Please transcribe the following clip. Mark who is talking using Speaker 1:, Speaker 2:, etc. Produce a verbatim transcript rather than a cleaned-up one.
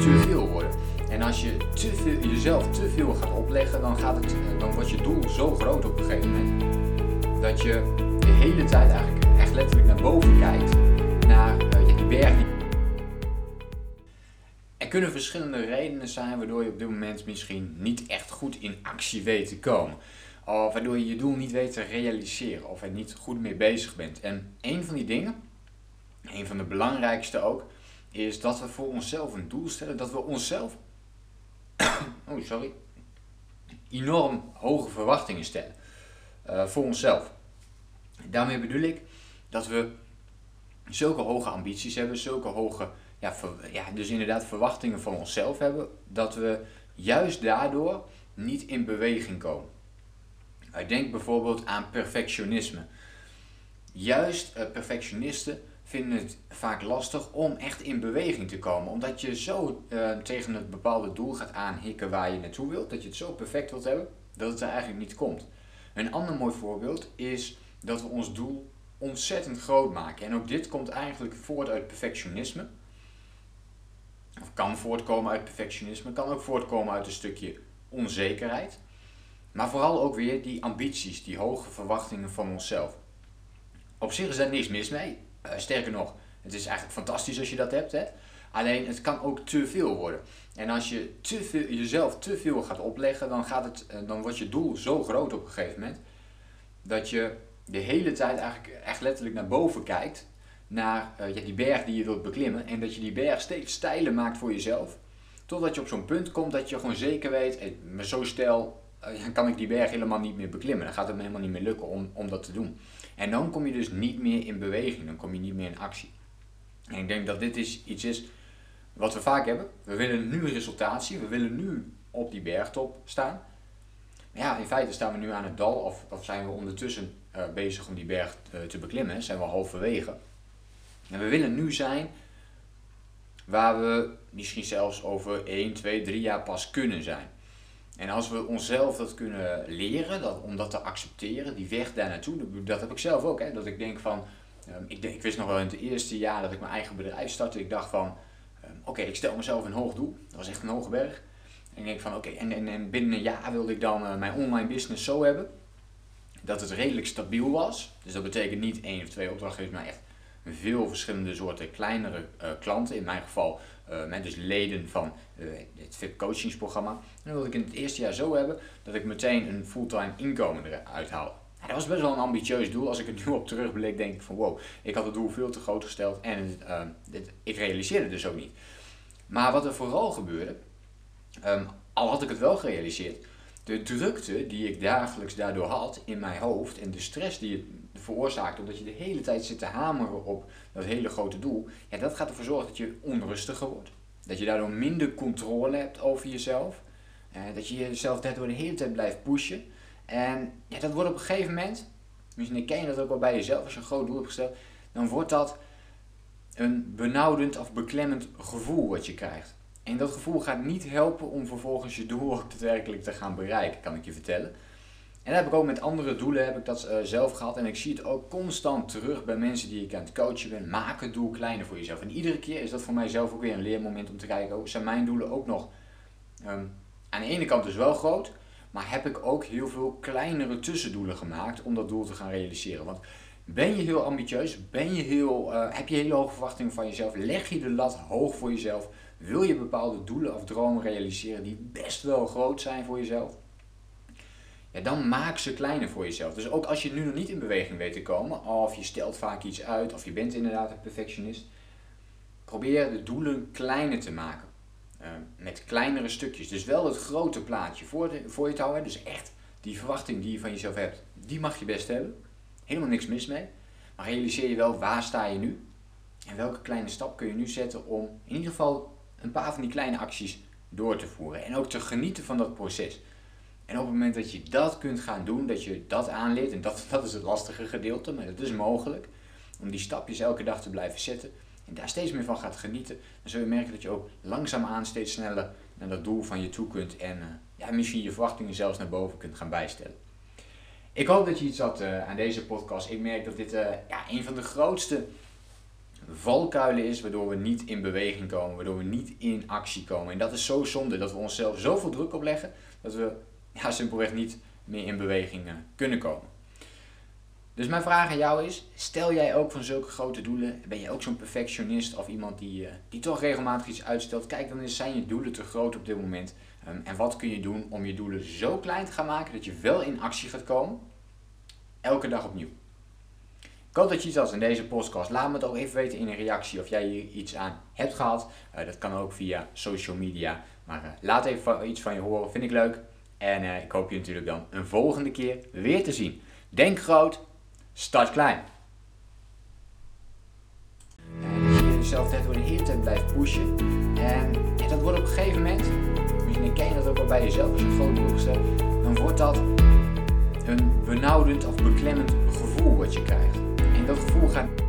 Speaker 1: te veel worden. En als je te veel, jezelf te veel gaat opleggen, dan, gaat het, dan wordt je doel zo groot op een gegeven moment dat je de hele tijd eigenlijk echt letterlijk naar boven kijkt, naar uh, ja, die berg. Die... Er kunnen verschillende redenen zijn waardoor je op dit moment misschien niet echt goed in actie weet te komen. Of waardoor je je doel niet weet te realiseren of er niet goed mee bezig bent. En een van die dingen, een van de belangrijkste ook, is dat we voor onszelf een doel stellen, dat we onszelf oh, sorry, enorm hoge verwachtingen stellen uh, voor onszelf. Daarmee bedoel ik dat we zulke hoge ambities hebben, zulke hoge, ja, ver, ja, dus inderdaad verwachtingen van onszelf hebben, dat we juist daardoor niet in beweging komen. Ik denk bijvoorbeeld aan perfectionisme. Juist uh, perfectionisten vinden het vaak lastig om echt in beweging te komen. Omdat je zo uh, tegen het bepaalde doel gaat aanhikken waar je naartoe wilt. Dat je het zo perfect wilt hebben, dat het er eigenlijk niet komt. Een ander mooi voorbeeld is dat we ons doel ontzettend groot maken. En ook dit komt eigenlijk voort uit perfectionisme. Of kan voortkomen uit perfectionisme. Kan ook voortkomen uit een stukje onzekerheid. Maar vooral ook weer die ambities, die hoge verwachtingen van onszelf. Op zich is daar niks mis mee. Uh, sterker nog, het is eigenlijk fantastisch als je dat hebt. Hè? Alleen het kan ook te veel worden. En als je te veel, jezelf te veel gaat opleggen, dan, gaat het, uh, dan wordt je doel zo groot op een gegeven moment. Dat je de hele tijd eigenlijk echt letterlijk naar boven kijkt. Naar uh, ja, die berg die je wilt beklimmen. En dat je die berg steeds steiler maakt voor jezelf. Totdat je op zo'n punt komt dat je gewoon zeker weet, hey, maar zo steil uh, kan ik die berg helemaal niet meer beklimmen. Dan gaat het me helemaal niet meer lukken om, om dat te doen. En dan kom je dus niet meer in beweging, dan kom je niet meer in actie. En ik denk dat dit is, iets is wat we vaak hebben. We willen nu resultaat zien, we willen nu op die bergtop staan. Maar ja, in feite staan we nu aan het dal of, of zijn we ondertussen uh, bezig om die berg uh, te beklimmen. Zijn we halverwege. En we willen nu zijn waar we misschien zelfs over één, twee, drie jaar pas kunnen zijn. En als we onszelf dat kunnen leren, dat, om dat te accepteren, die weg daar naartoe, dat, dat heb ik zelf ook. Hè, dat ik denk van, um, ik, denk, ik wist nog wel in het eerste jaar dat ik mijn eigen bedrijf startte, ik dacht van, um, oké, okay, ik stel mezelf een hoog doel. Dat was echt een hoge berg. En ik denk van, oké, okay, en, en, en binnen een jaar wilde ik dan uh, mijn online business zo hebben, dat het redelijk stabiel was. Dus dat betekent niet één of twee opdrachtgevers, maar echt veel verschillende soorten kleinere uh, klanten. In mijn geval uh, met dus leden van uh, het V I P coachingsprogramma. En dan wilde ik in het eerste jaar zo hebben dat ik meteen een fulltime inkomen eruit haal. En dat was best wel een ambitieus doel. Als ik het nu op terugblik, denk ik van wow, ik had het doel veel te groot gesteld en uh, dit, ik realiseerde het dus ook niet. Maar wat er vooral gebeurde, um, al had ik het wel gerealiseerd, de drukte die ik dagelijks daardoor had in mijn hoofd en de stress die het veroorzaakt omdat je de hele tijd zit te hameren op dat hele grote doel, ja, dat gaat ervoor zorgen dat je onrustiger wordt. Dat je daardoor minder controle hebt over jezelf. Eh, dat je jezelf daardoor de hele tijd blijft pushen. En ja, dat wordt op een gegeven moment, misschien ken je dat ook wel bij jezelf als je een groot doel hebt gesteld, dan wordt dat een benauwdend of beklemmend gevoel wat je krijgt. En dat gevoel gaat niet helpen om vervolgens je doel ook daadwerkelijk te gaan bereiken, kan ik je vertellen. En dat heb ik ook met andere doelen heb ik dat uh, zelf gehad. En ik zie het ook constant terug bij mensen die ik aan het coachen ben. Maak het doel kleiner voor jezelf. En iedere keer is dat voor mij zelf ook weer een leermoment om te kijken, oh, zijn mijn doelen ook nog um, aan de ene kant dus wel groot, maar heb ik ook heel veel kleinere tussendoelen gemaakt om dat doel te gaan realiseren. Want ben je heel ambitieus, ben je heel, uh, heb je hele hoge verwachtingen van jezelf, leg je de lat hoog voor jezelf, wil je bepaalde doelen of dromen realiseren die best wel groot zijn voor jezelf, ja, dan maak ze kleiner voor jezelf. Dus ook als je nu nog niet in beweging weet te komen, of je stelt vaak iets uit, of je bent inderdaad een perfectionist, probeer de doelen kleiner te maken. Uh, met kleinere stukjes. Dus wel het grote plaatje voor, de, voor je te houden. Dus echt die verwachting die je van jezelf hebt, die mag je best hebben. Helemaal niks mis mee. Maar realiseer je wel, waar sta je nu? En welke kleine stap kun je nu zetten om in ieder geval een paar van die kleine acties door te voeren. En ook te genieten van dat proces. En op het moment dat je dat kunt gaan doen, dat je dat aanleert, en dat, dat is het lastige gedeelte, maar dat is mogelijk, om die stapjes elke dag te blijven zetten en daar steeds meer van gaat genieten, dan zul je merken dat je ook langzaamaan steeds sneller naar dat doel van je toe kunt en uh, ja, misschien je verwachtingen zelfs naar boven kunt gaan bijstellen. Ik hoop dat je iets had uh, aan deze podcast. Ik merk dat dit uh, ja, een van de grootste valkuilen is waardoor we niet in beweging komen, waardoor we niet in actie komen. En dat is zo zonde, dat we onszelf zoveel druk opleggen dat we ja, simpelweg niet meer in beweging uh, kunnen komen. Dus mijn vraag aan jou is, stel jij ook van zulke grote doelen? Ben je ook zo'n perfectionist of iemand die, uh, die toch regelmatig iets uitstelt? Kijk, dan zijn je doelen te groot op dit moment. Um, en wat kun je doen om je doelen zo klein te gaan maken dat je wel in actie gaat komen? Elke dag opnieuw. Ik hoop dat je iets had in deze podcast. Laat me het ook even weten in een reactie of jij hier iets aan hebt gehad. Uh, dat kan ook via social media. Maar uh, laat even iets van je horen, vind ik leuk. En uh, ik hoop je natuurlijk dan een volgende keer weer te zien. Denk groot, start klein. En als je jezelf echt door de hele tijd blijft pushen. En, en dat wordt op een gegeven moment, misschien herken je dat ook wel bij jezelf als je een groot doel gesteld, dan wordt dat een benauwdend of beklemmend gevoel wat je krijgt. En dat gevoel gaat